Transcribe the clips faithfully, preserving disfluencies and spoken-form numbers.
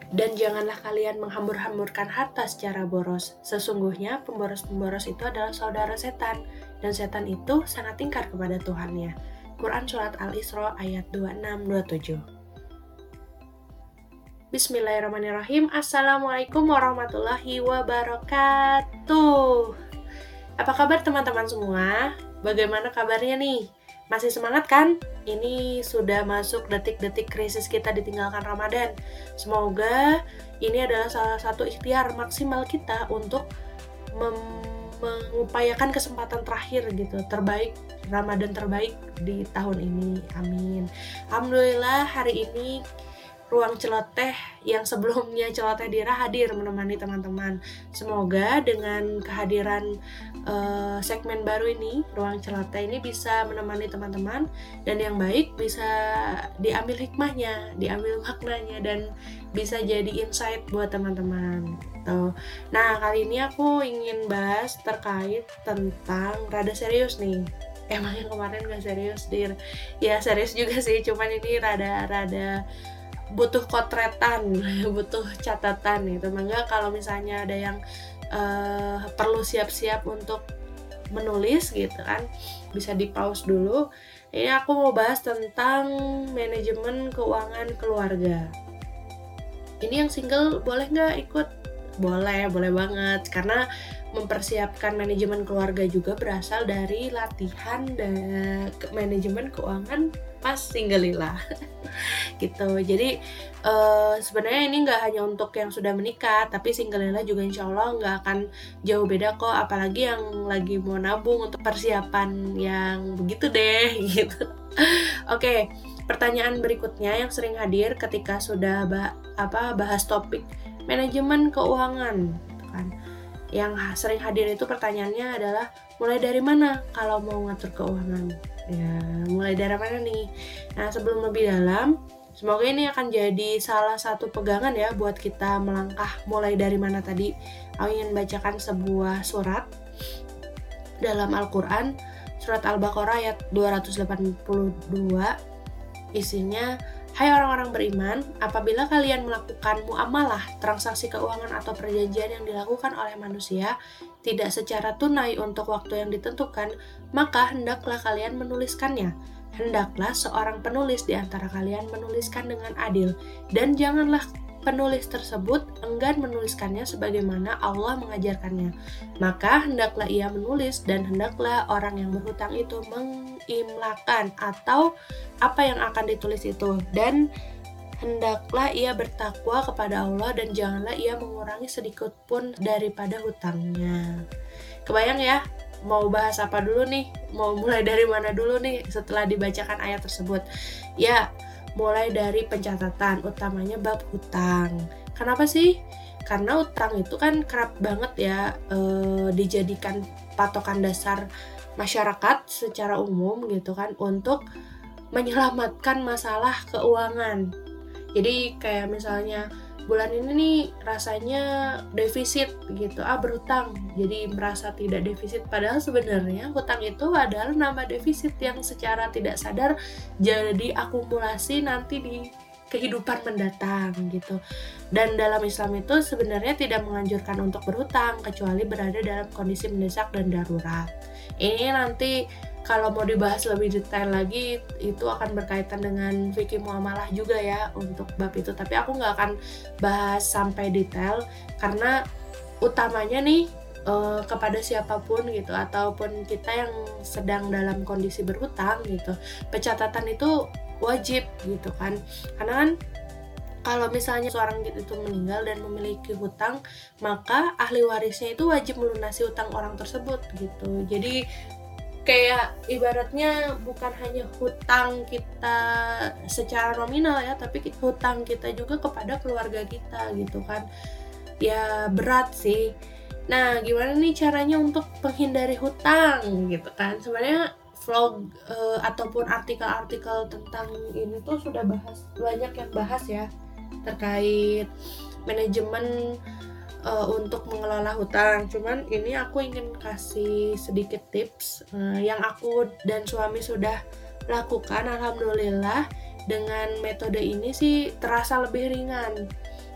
Dan janganlah kalian menghambur-hamburkan harta secara boros. Sesungguhnya pemboros-pemboros itu adalah saudara setan, dan setan itu sangat ingkar kepada Tuhannya. Quran Surat Al-Isra ayat dua puluh enam sampai dua puluh tujuh. Bismillahirrahmanirrahim. Assalamualaikum warahmatullahi wabarakatuh. Apa kabar teman-teman semua? Bagaimana kabarnya nih? Masih semangat kan? Ini sudah masuk detik-detik krisis kita ditinggalkan Ramadan. Semoga ini adalah salah satu ikhtiar maksimal kita untuk mem- mengupayakan kesempatan terakhir gitu, terbaik, Ramadan terbaik di tahun ini. Amin. Alhamdulillah hari ini Ruang Celoteh yang sebelumnya Celoteh Dira hadir menemani teman-teman. Semoga dengan kehadiran uh, segmen baru ini, Ruang Celoteh ini bisa menemani teman-teman, dan yang baik bisa diambil hikmahnya, diambil maknanya, dan bisa jadi insight buat teman-teman. Tuh. Nah, kali ini aku ingin bahas terkait tentang rada serius nih. Emang yang kemarin gak serius, Dir? Ya serius juga sih, cuman ini rada-rada butuh kotretan, butuh catatan gitu. Mangga kalau misalnya ada yang uh, perlu siap-siap untuk menulis gitu kan, bisa di pause dulu. Ini aku mau bahas tentang manajemen keuangan keluarga. Ini yang single boleh nggak ikut? Boleh, boleh banget. Karena mempersiapkan manajemen keluarga juga berasal dari latihan dan manajemen keuangan pas single-ila gitu. Jadi uh, sebenarnya ini nggak hanya untuk yang sudah menikah, tapi single-ila juga insya Allah nggak akan jauh beda kok. Apalagi yang lagi mau nabung untuk persiapan yang begitu deh gitu. Oke, okay, pertanyaan berikutnya yang sering hadir ketika sudah bah- apa bahas topik manajemen keuangan kan. Yang sering hadir itu pertanyaannya adalah mulai dari mana kalau mau ngatur keuangan? Ya, mulai dari mana nih? Nah, sebelum lebih dalam, semoga ini akan jadi salah satu pegangan ya buat kita melangkah mulai dari mana tadi. Aku ingin bacakan sebuah surat dalam Al-Quran, surat Al-Baqarah ayat dua ratus delapan puluh dua. Isinya, hai orang-orang beriman, apabila kalian melakukan muamalah, transaksi keuangan atau perjanjian yang dilakukan oleh manusia tidak secara tunai untuk waktu yang ditentukan, maka hendaklah kalian menuliskannya. Hendaklah seorang penulis di antara kalian menuliskan dengan adil, dan janganlah penulis tersebut enggan menuliskannya sebagaimana Allah mengajarkannya. Maka hendaklah ia menulis, dan hendaklah orang yang berhutang itu mengimlakan atau apa yang akan ditulis itu, dan hendaklah ia bertakwa kepada Allah, dan janganlah ia mengurangi sedikit pun daripada hutangnya. Kebayang ya, mau bahas apa dulu nih? Mau mulai dari mana dulu nih setelah dibacakan ayat tersebut? Ya, mulai dari pencatatan, utamanya bab hutang. Kenapa sih? Karena utang itu kan kerap banget ya e, dijadikan patokan dasar masyarakat secara umum gitu kan untuk menyelamatkan masalah keuangan. Jadi kayak misalnya bulan ini nih rasanya defisit gitu, ah berhutang, jadi merasa tidak defisit. Padahal sebenarnya hutang itu adalah nama defisit yang secara tidak sadar jadi akumulasi nanti di kehidupan mendatang gitu. Dan dalam Islam itu sebenarnya tidak menganjurkan untuk berhutang kecuali berada dalam kondisi mendesak dan darurat. Ini nanti kalau mau dibahas lebih detail lagi itu akan berkaitan dengan fikih muamalah juga ya untuk bab itu, tapi aku nggak akan bahas sampai detail karena utamanya nih eh, kepada siapapun gitu ataupun kita yang sedang dalam kondisi berhutang gitu, pencatatan itu wajib gitu kan. Karena kan kalau misalnya seorang itu meninggal dan memiliki hutang, maka ahli warisnya itu wajib melunasi hutang orang tersebut gitu. Jadi kayak ibaratnya bukan hanya hutang kita secara nominal ya, tapi hutang kita juga kepada keluarga kita gitu kan. Ya berat sih. Nah, gimana nih caranya untuk menghindari hutang gitu kan? Sebenarnya vlog uh, ataupun artikel-artikel tentang ini tuh sudah bahas, banyak yang bahas ya terkait manajemen uh, untuk mengelola hutang. Cuman ini aku ingin kasih sedikit tips uh, yang aku dan suami sudah lakukan. Alhamdulillah dengan metode ini sih terasa lebih ringan.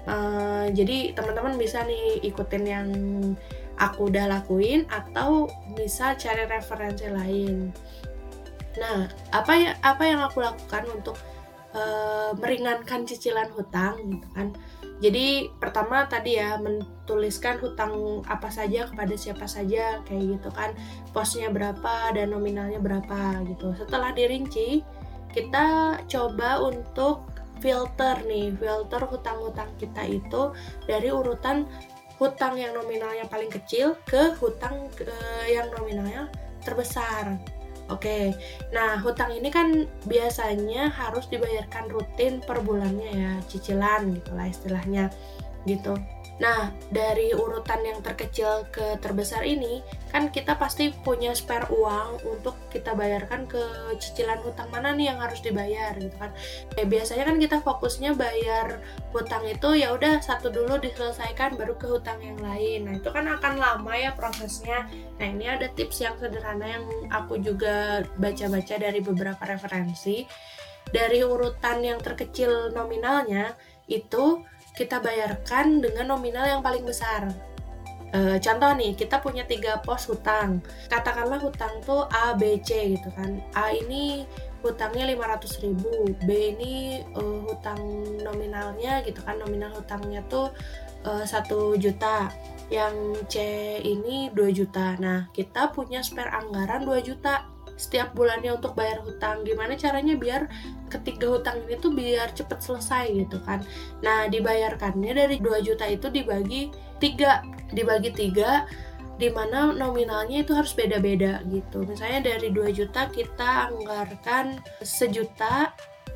Uh, jadi teman-teman bisa nih ikutin yang aku udah lakuin atau bisa cari referensi lain. Nah, apa ya apa yang aku lakukan untuk uh, meringankan cicilan hutang gitu kan? Jadi pertama tadi ya, menuliskan hutang apa saja kepada siapa saja kayak gitu kan, posnya berapa dan nominalnya berapa gitu. Setelah dirinci, kita coba untuk filter nih, filter hutang-hutang kita itu dari urutan hutang yang nominalnya paling kecil ke hutang ke, yang nominalnya terbesar. Oke, nah hutang ini kan biasanya harus dibayarkan rutin per bulannya ya, cicilan gitulah istilahnya gitu. Nah, dari urutan yang terkecil ke terbesar ini, kan kita pasti punya spare uang untuk kita bayarkan ke cicilan hutang mana nih yang harus dibayar gitu kan. Kayak biasanya kan kita fokusnya bayar hutang itu ya udah satu dulu diselesaikan baru ke hutang yang lain. Nah, itu kan akan lama ya prosesnya. Nah, ini ada tips yang sederhana yang aku juga baca-baca dari beberapa referensi. Dari urutan yang terkecil nominalnya itu kita bayarkan dengan nominal yang paling besar. E, contoh nih, kita punya tiga pos hutang. Katakanlah hutang tuh A, B, C gitu kan. A ini hutangnya lima ratus ribu, B ini uh, hutang nominalnya gitu kan, nominal hutangnya tuh uh, satu juta, yang C ini dua juta. Nah, kita punya spare anggaran dua juta setiap bulannya untuk bayar hutang. Gimana caranya biar ketiga hutang ini tuh biar cepet selesai gitu kan. Nah, dibayarkannya dari dua juta itu dibagi tiga, dibagi tiga dimana nominalnya itu harus beda-beda gitu. Misalnya dari dua juta kita anggarkan sejuta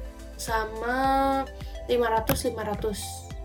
sama lima ratus lima ratus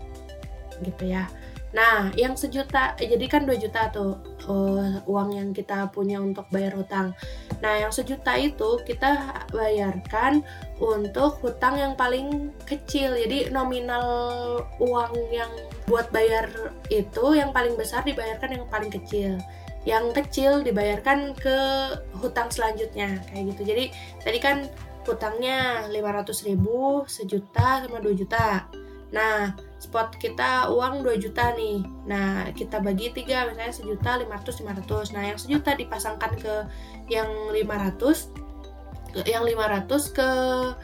gitu ya. Nah, yang sejuta, jadi kan dua juta tuh uh, uang yang kita punya untuk bayar hutang. Nah, yang sejuta itu kita bayarkan untuk hutang yang paling kecil. Jadi nominal uang yang buat bayar itu yang paling besar dibayarkan yang paling kecil. Yang kecil dibayarkan ke hutang selanjutnya, kayak gitu. Jadi tadi kan hutangnya lima ratus ribu, sejuta sama dua juta. Nah, spot kita uang dua juta nih. Nah, kita bagi tiga, misalnya sejuta, lima ratus, lima ratus. Nah, yang sejuta dipasangkan ke yang lima ratus, yang lima ratus ke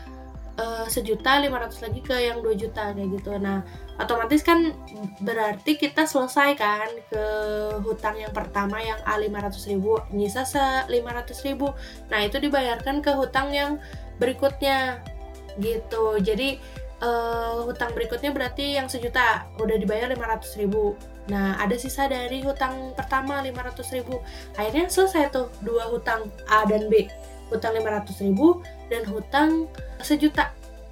uh, sejuta, lima ratus lagi ke yang dua juta kayak gitu. Nah, otomatis kan berarti kita selesai kan ke hutang yang pertama yang A lima ratus ribu, nyisa se lima ratus ribu. Nah, itu dibayarkan ke hutang yang berikutnya gitu. Jadi Uh, hutang berikutnya berarti yang sejuta udah dibayar lima ratus ribu. Nah, ada sisa dari hutang pertama lima ratus ribu. Akhirnya selesai tuh dua hutang A dan B, hutang lima ratus ribu dan hutang sejuta.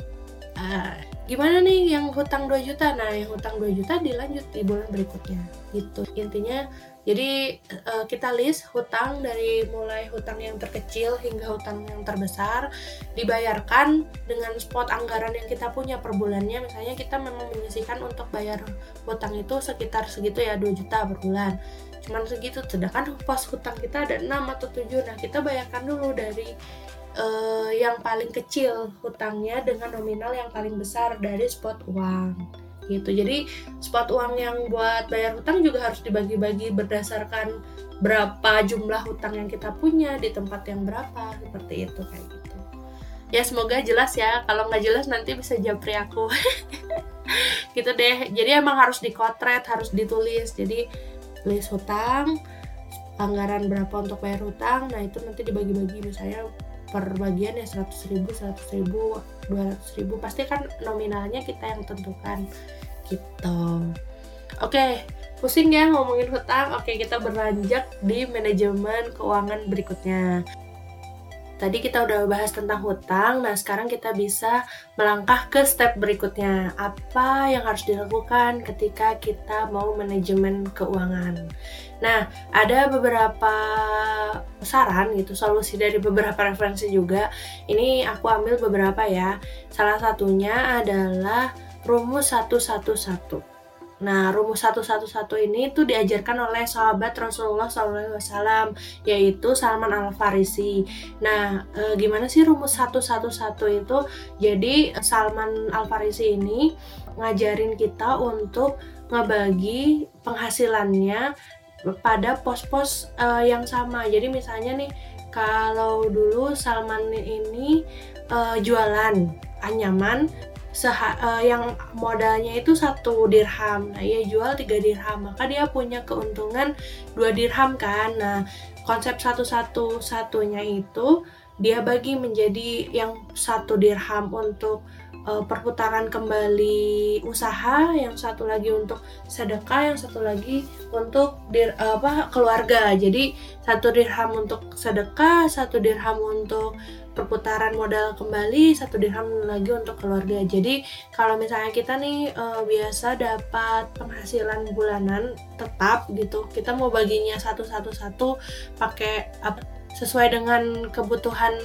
Uh, gimana nih yang hutang dua juta? Nah, yang hutang dua juta dilanjut di bulan berikutnya gitu. Intinya jadi uh, kita list hutang dari mulai hutang yang terkecil hingga hutang yang terbesar, dibayarkan dengan spot anggaran yang kita punya per bulannya. Misalnya kita memang menyisihkan untuk bayar hutang itu sekitar segitu ya, dua juta per bulan. Cuman segitu, sedangkan pos hutang kita ada enam atau tujuh. Nah, kita bayarkan dulu dari uh, yang paling kecil hutangnya dengan nominal yang paling besar dari spot uang. Gitu. Jadi spot uang yang buat bayar hutang juga harus dibagi-bagi berdasarkan berapa jumlah hutang yang kita punya di tempat yang berapa, seperti itu kayak gitu. Ya, semoga jelas ya. Kalau nggak jelas nanti bisa japri aku. Gitu deh. Jadi emang harus dikotret, harus ditulis. Jadi list hutang, anggaran berapa untuk bayar hutang. Nah, itu nanti dibagi-bagi, misalnya per bagian ya seratus ribu, seratus ribu, dua ratus ribu. Pasti kan nominalnya kita yang tentukan gitu. Oke, pusing ya ngomongin hutang. Oke, kita beranjak di manajemen keuangan berikutnya. Tadi kita udah bahas tentang hutang. Nah, sekarang kita bisa melangkah ke step berikutnya. Apa yang harus dilakukan ketika kita mau manajemen keuangan? Nah, ada beberapa saran gitu, solusi dari beberapa referensi juga. Ini aku ambil beberapa ya. Salah satunya adalah rumus satu satu satu. Nah, rumus satu satu satu ini tuh diajarkan oleh sahabat Rasulullah shallallahu alaihi wasallam, yaitu Salman Al-Farisi. Nah, e, gimana sih rumus satu satu satu itu? Jadi, Salman Al-Farisi ini ngajarin kita untuk ngebagi penghasilannya pada pos-pos e, yang sama. Jadi, misalnya nih, kalau dulu Salman ini e, jualan anyaman, Seha, uh, yang modalnya itu satu dirham, nah ia jual tiga dirham, maka dia punya keuntungan dua dirham kan. Nah, konsep satu satu satunya itu dia bagi menjadi yang satu dirham untuk uh, perputaran kembali usaha, yang satu lagi untuk sedekah, yang satu lagi untuk dir, uh, apa keluarga. Jadi satu dirham untuk sedekah, satu dirham untuk perputaran modal kembali, satu dirham lagi untuk keluarga. Jadi kalau misalnya kita nih e, biasa dapat penghasilan bulanan tetap gitu, kita mau baginya satu satu satu pakai apa, sesuai dengan kebutuhan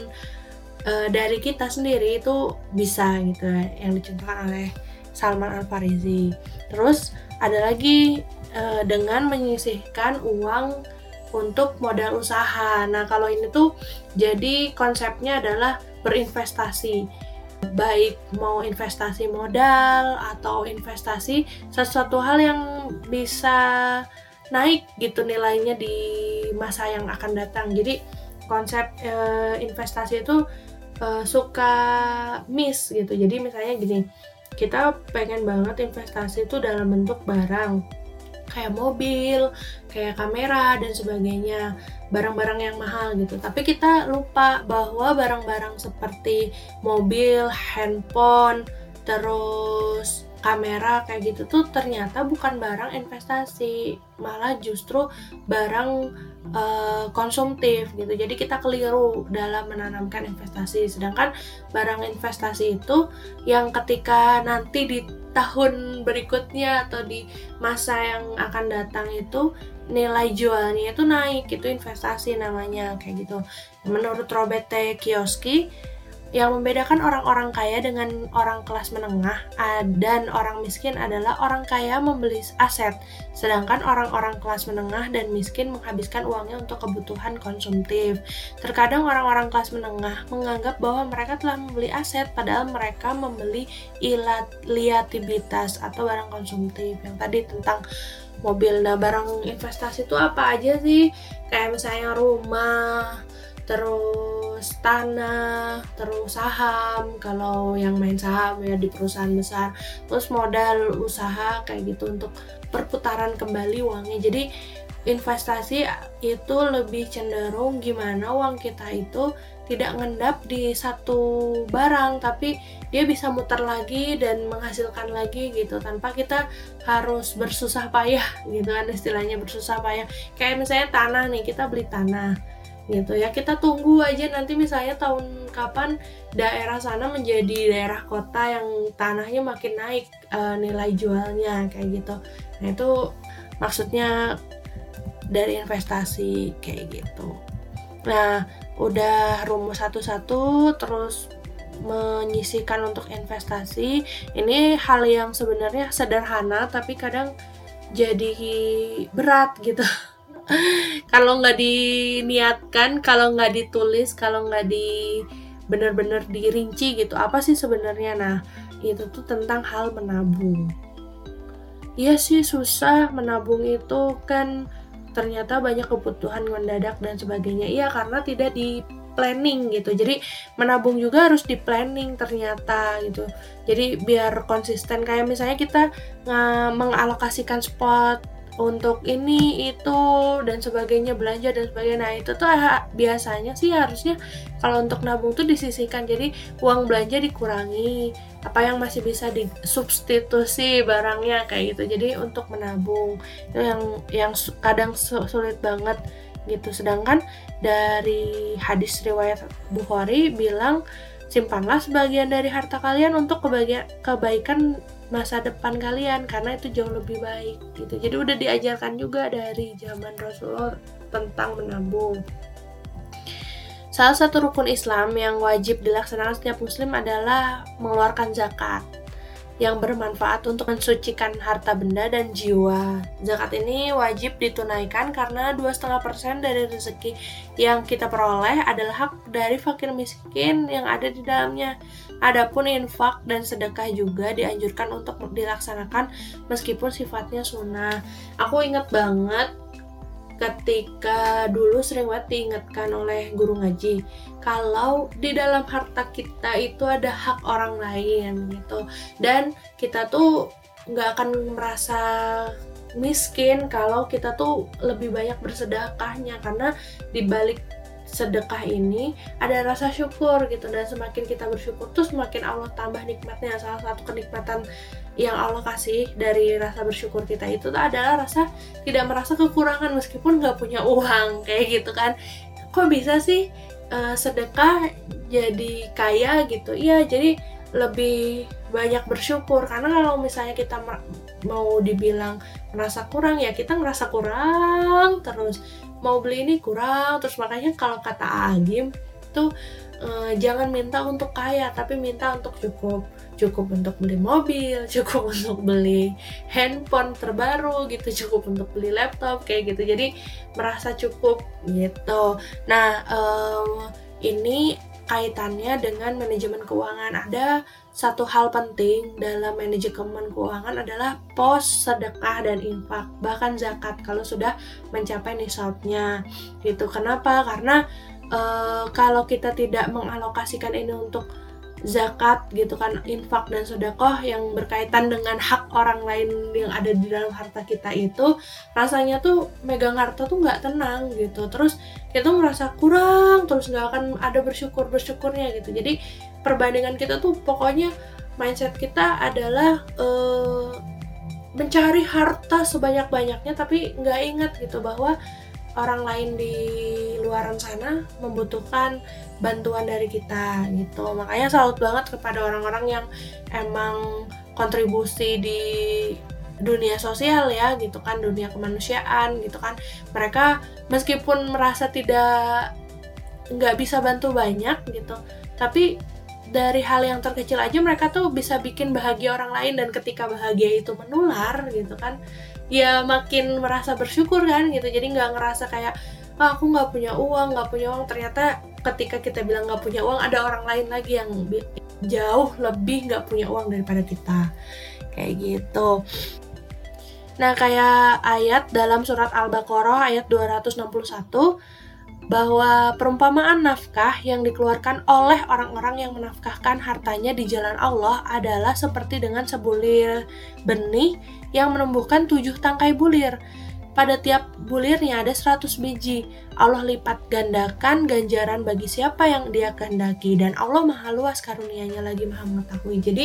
e, dari kita sendiri, itu bisa gitu ya, yang dicontohkan oleh Salman Al-Farisi. Terus ada lagi e, dengan menyisihkan uang untuk modal usaha. Nah, kalau ini tuh jadi konsepnya adalah berinvestasi. Baik mau investasi modal atau investasi sesuatu hal yang bisa naik gitu nilainya di masa yang akan datang. Jadi konsep e, investasi itu e, suka miss gitu. Jadi misalnya gini, kita pengen banget investasi itu dalam bentuk barang, kayak mobil, kayak kamera dan sebagainya, barang-barang yang mahal gitu. Tapi kita lupa bahwa barang-barang seperti mobil, handphone, terus kamera kayak gitu tuh ternyata bukan barang investasi, malah justru barang uh, konsumtif gitu. Jadi kita keliru dalam menanamkan investasi. Sedangkan barang investasi itu yang ketika nanti di tahun berikutnya atau di masa yang akan datang itu nilai jualnya itu naik, itu investasi namanya kayak gitu. Menurut Robert T. Kiyosaki, yang membedakan orang-orang kaya dengan orang kelas menengah dan orang miskin adalah orang kaya membeli aset, sedangkan orang-orang kelas menengah dan miskin menghabiskan uangnya untuk kebutuhan konsumtif. Terkadang orang-orang kelas menengah menganggap bahwa mereka telah membeli aset, padahal mereka membeli liabilitas atau barang konsumtif. Yang tadi tentang mobil. Nah, barang investasi itu apa aja sih? Kayak misalnya rumah, terus tanah, terus saham, kalau yang main saham ya di perusahaan besar, terus modal usaha kayak gitu untuk perputaran kembali uangnya. Jadi investasi itu lebih cenderung gimana uang kita itu tidak ngendap di satu barang, tapi dia bisa muter lagi dan menghasilkan lagi gitu, tanpa kita harus bersusah payah gitu kan, istilahnya bersusah payah. Kayak misalnya tanah nih, kita beli tanah gitu ya, kita tunggu aja nanti misalnya tahun kapan daerah sana menjadi daerah kota yang tanahnya makin naik e, nilai jualnya kayak gitu. Nah, itu maksudnya dari investasi kayak gitu. Nah, udah rumus satu-satu, terus menyisihkan untuk investasi. Ini hal yang sebenarnya sederhana tapi kadang jadi berat gitu. Kalau nggak diniatkan, kalau nggak ditulis, kalau nggak di benar-benar dirinci gitu, apa sih sebenarnya? Nah, itu tuh tentang hal menabung. Iya sih, susah menabung itu kan, ternyata banyak kebutuhan mendadak dan sebagainya. Iya, karena tidak di planning gitu. Jadi menabung juga harus di planning ternyata gitu. Jadi biar konsisten, kayak misalnya kita uh, mengalokasikan spot untuk ini, itu, dan sebagainya, belanja dan sebagainya. Nah, itu tuh biasanya sih harusnya kalau untuk nabung tuh disisihkan. Jadi uang belanja dikurangi, apa yang masih bisa disubstitusi barangnya kayak gitu. Jadi untuk menabung itu yang yang kadang sulit banget gitu. Sedangkan dari hadis riwayat Bukhari bilang, simpanlah sebagian dari harta kalian untuk kebahagiaan, kebaikan masa depan kalian, karena itu jauh lebih baik gitu. Jadi udah diajarkan juga dari zaman Rasulullah tentang menabung. Salah satu rukun Islam yang wajib dilaksanakan setiap muslim adalah mengeluarkan zakat. yang bermanfaat untuk mensucikan harta benda dan jiwa. Zakat ini wajib ditunaikan karena dua koma lima persen dari rezeki yang kita peroleh adalah hak dari fakir miskin yang ada di dalamnya. Adapun infak dan sedekah juga dianjurkan untuk dilaksanakan meskipun sifatnya sunnah. Aku ingat banget ketika dulu sering banget diingatkan oleh guru ngaji kalau di dalam harta kita itu ada hak orang lain gitu, dan kita tuh nggak akan merasa miskin kalau kita tuh lebih banyak bersedekahnya, karena di balik sedekah ini ada rasa syukur gitu, dan semakin kita bersyukur tuh semakin Allah tambah nikmatnya. Salah satu kenikmatan yang Allah kasih dari rasa bersyukur kita itu adalah rasa tidak merasa kekurangan meskipun nggak punya uang, kayak gitu kan. Kok bisa sih uh, sedekah jadi kaya gitu? Iya, jadi lebih banyak bersyukur, karena kalau misalnya kita mau dibilang merasa kurang, ya kita ngerasa kurang terus, mau beli ini kurang terus. Makanya kalau kata Agim tuh eh, jangan minta untuk kaya, tapi minta untuk cukup. Cukup untuk beli mobil, cukup untuk beli handphone terbaru gitu, cukup untuk beli laptop, kayak gitu. Jadi merasa cukup gitu. Nah, um, ini kaitannya dengan manajemen keuangan. Ada satu hal penting dalam manajemen keuangan adalah pos sedekah dan infak, bahkan zakat kalau sudah mencapai nisabnya gitu. Kenapa? Karena e, kalau kita tidak mengalokasikan ini untuk zakat gitu kan, infak dan sedekah yang berkaitan dengan hak orang lain yang ada di dalam harta kita itu, rasanya tuh megang harta tuh nggak tenang gitu. Terus kita merasa kurang, terus nggak akan ada bersyukur bersyukurnya gitu. Jadi perbandingan kita tuh pokoknya mindset kita adalah uh, mencari harta sebanyak-banyaknya, tapi nggak ingat gitu bahwa orang lain di luaran sana membutuhkan bantuan dari kita gitu. Makanya salut banget kepada orang-orang yang emang kontribusi di dunia sosial ya gitu kan, dunia kemanusiaan gitu kan. Mereka meskipun merasa tidak nggak bisa bantu banyak gitu, tapi dari hal yang terkecil aja mereka tuh bisa bikin bahagia orang lain, dan ketika bahagia itu menular gitu kan, ya makin merasa bersyukur kan gitu. Jadi nggak ngerasa kayak oh, aku nggak punya uang, nggak punya uang. Ternyata ketika kita bilang nggak punya uang, ada orang lain lagi yang jauh lebih nggak punya uang daripada kita, kayak gitu. Nah, kayak ayat dalam surat Al-Baqarah ayat dua ratus enam puluh satu, bahwa perumpamaan nafkah yang dikeluarkan oleh orang-orang yang menafkahkan hartanya di jalan Allah adalah seperti dengan sebulir benih yang menumbuhkan tujuh tangkai bulir. Pada tiap bulirnya ada seratus biji. Allah lipat gandakan ganjaran bagi siapa yang dia kehendaki, dan Allah maha luas karunia-Nya lagi maha mengetahui. Jadi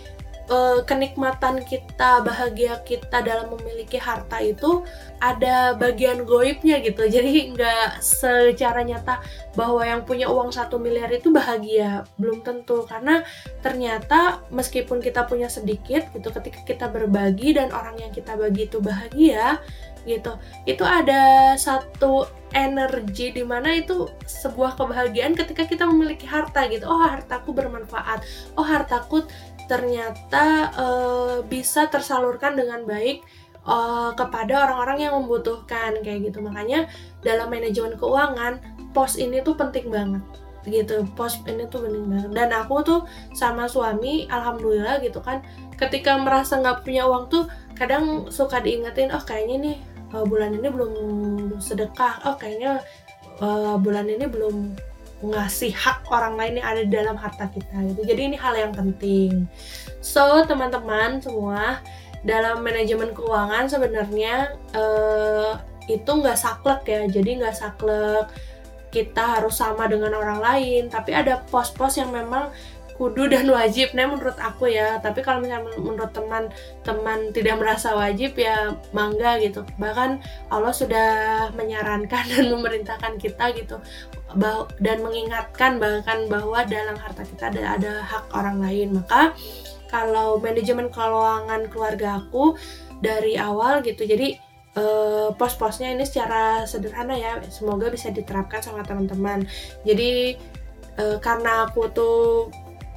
kenikmatan kita, bahagia kita dalam memiliki harta itu ada bagian goibnya gitu. Jadi nggak secara nyata bahwa yang punya uang satu miliar itu bahagia, belum tentu. Karena ternyata meskipun kita punya sedikit gitu, ketika kita berbagi dan orang yang kita bagi itu bahagia gitu, itu ada satu energi di mana itu sebuah kebahagiaan ketika kita memiliki harta gitu. Oh, hartaku bermanfaat, oh hartaku ternyata uh, bisa tersalurkan dengan baik uh, kepada orang-orang yang membutuhkan, kayak gitu. Makanya dalam manajemen keuangan pos ini tuh penting banget gitu, pos ini tuh penting banget. Dan aku tuh sama suami alhamdulillah gitu kan, ketika merasa nggak punya uang tuh kadang suka diingetin, oh kayaknya nih uh, bulan ini belum sedekah, oh kayaknya uh, bulan ini belum ngasih hak orang lain yang ada di dalam harta kita gitu. Jadi ini hal yang penting. So teman-teman semua, dalam manajemen keuangan sebenarnya uh, itu nggak saklek ya. Jadi nggak saklek kita harus sama dengan orang lain, tapi ada pos-pos yang memang kudu dan wajib. Nah menurut aku ya, tapi kalau misalnya menurut teman-teman tidak merasa wajib ya mangga gitu. Bahkan Allah sudah menyarankan dan memerintahkan kita gitu, dan mengingatkan bahkan bahwa dalam harta kita ada, ada hak orang lain. Maka kalau manajemen keuangan keluarga aku dari awal gitu, jadi eh, pos-posnya ini secara sederhana ya, semoga bisa diterapkan sama teman-teman. Jadi eh, karena aku tuh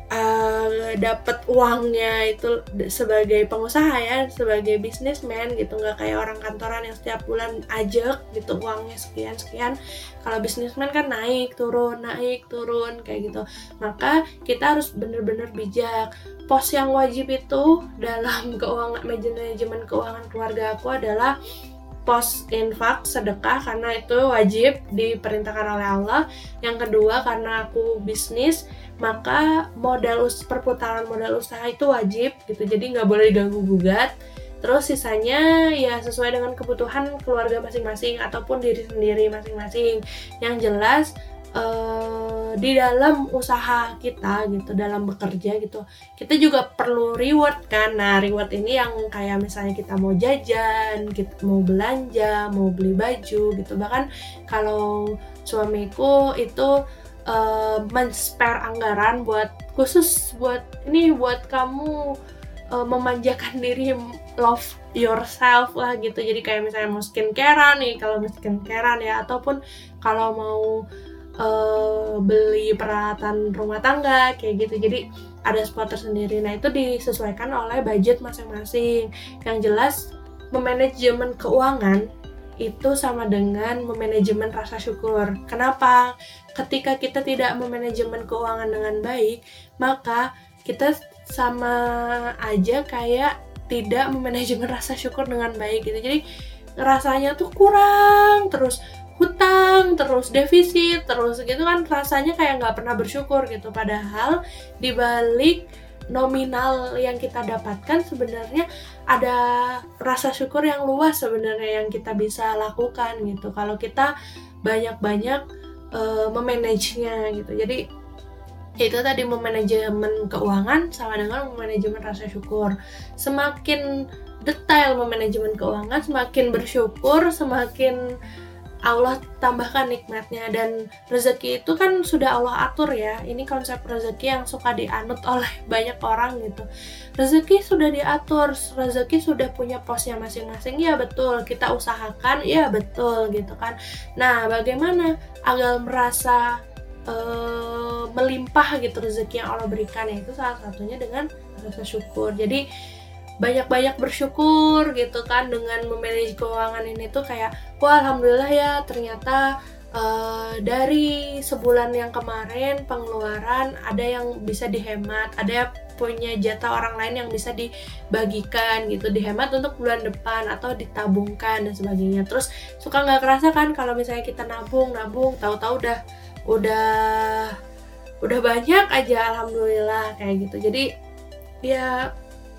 uh, dapat uangnya itu sebagai pengusaha ya, sebagai bisnismen gitu, nggak kayak orang kantoran yang setiap bulan ajak gitu uangnya sekian sekian. Kalau bisnismen kan naik turun naik turun kayak gitu. Maka kita harus bener-bener bijak. Pos yang wajib itu dalam keuangan manajemen keuangan keluarga aku adalah pos infak, sedekah, karena itu wajib diperintahkan oleh Allah. Yang kedua, karena aku bisnis, maka modal us- perputaran modal usaha itu wajib gitu, jadi nggak boleh diganggu gugat. Terus sisanya ya sesuai dengan kebutuhan keluarga masing-masing ataupun diri sendiri masing-masing. Yang jelas Uh, di dalam usaha kita gitu, dalam bekerja gitu, kita juga perlu reward kan. Nah, reward ini yang kayak misalnya kita mau jajan, kita mau belanja, mau beli baju gitu. Bahkan kalau suamiku itu uh, men-spare anggaran buat khusus buat ini, buat kamu uh, memanjakan diri, love yourself lah gitu. Jadi kayak misalnya mau skincarean nih, kalau mau skincarean ya, ataupun kalau mau Uh, beli peralatan rumah tangga kayak gitu, jadi ada spot tersendiri. Nah, itu disesuaikan oleh budget masing-masing. Yang jelas, memanajemen keuangan itu sama dengan memanajemen rasa syukur. Kenapa? Ketika kita tidak memanajemen keuangan dengan baik, maka kita sama aja kayak tidak memanajemen rasa syukur dengan baik gitu. Jadi rasanya tuh kurang, terus hutang, terus defisit, terus gitu kan, rasanya kayak nggak pernah bersyukur gitu. Padahal dibalik nominal yang kita dapatkan sebenarnya ada rasa syukur yang luas sebenarnya yang kita bisa lakukan gitu, kalau kita banyak-banyak uh, memanagenya gitu. Jadi itu tadi, memanajemen keuangan sama dengan memanajemen rasa syukur. Semakin detail memanajemen keuangan, semakin bersyukur, semakin Allah tambahkan nikmatnya. Dan rezeki itu kan sudah Allah atur ya. Ini konsep rezeki yang suka dianut oleh banyak orang gitu. Rezeki sudah diatur, rezeki sudah punya posnya masing-masing. Ya betul, kita usahakan, ya betul gitu kan. Nah, bagaimana agar merasa uh, melimpah gitu rezeki yang Allah berikan, ya itu salah satunya dengan rasa syukur. Jadi banyak-banyak bersyukur gitu kan dengan memanage keuangan ini tuh kayak, wah alhamdulillah ya, ternyata uh, dari sebulan yang kemarin pengeluaran ada yang bisa dihemat, ada punya jatah orang lain yang bisa dibagikan gitu, dihemat untuk bulan depan atau ditabungkan dan sebagainya. Terus suka nggak kerasa kan kalau misalnya kita nabung nabung tahu-tahu udah udah udah banyak aja, alhamdulillah kayak gitu. Jadi ya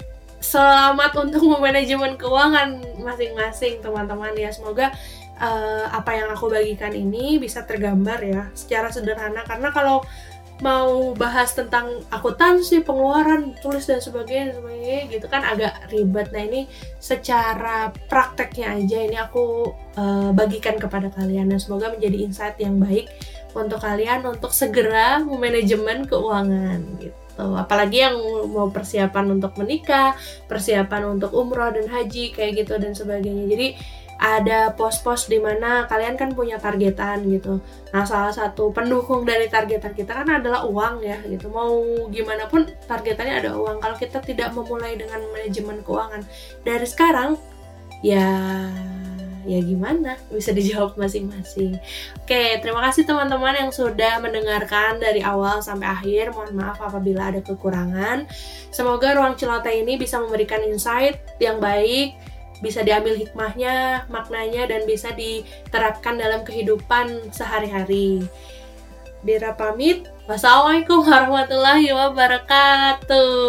selamat untuk memanajemen keuangan masing-masing teman-teman ya. Semoga uh, apa yang aku bagikan ini bisa tergambar ya secara sederhana, karena kalau mau bahas tentang akuntansi, pengeluaran, tulis dan sebagainya, dan sebagainya gitu kan agak ribet. Nah, ini secara prakteknya aja ini aku uh, bagikan kepada kalian, dan semoga menjadi insight yang baik untuk kalian untuk segera memanajemen keuangan gitu. Apalagi yang mau persiapan untuk menikah, persiapan untuk umroh dan haji kayak gitu dan sebagainya. Jadi ada pos-pos di mana kalian kan punya targetan gitu. Nah, salah satu pendukung dari targetan kita kan adalah uang ya gitu. Mau gimana pun targetannya ada uang. Kalau kita tidak memulai dengan manajemen keuangan dari sekarang, ya ya gimana? Bisa dijawab masing-masing. Oke, terima kasih teman-teman yang sudah mendengarkan dari awal sampai akhir. Mohon maaf apabila ada kekurangan. Semoga ruang celoteh ini bisa memberikan insight yang baik, bisa diambil hikmahnya, maknanya, dan bisa diterapkan dalam kehidupan sehari-hari. Dira pamit. Wassalamualaikum warahmatullahi wabarakatuh.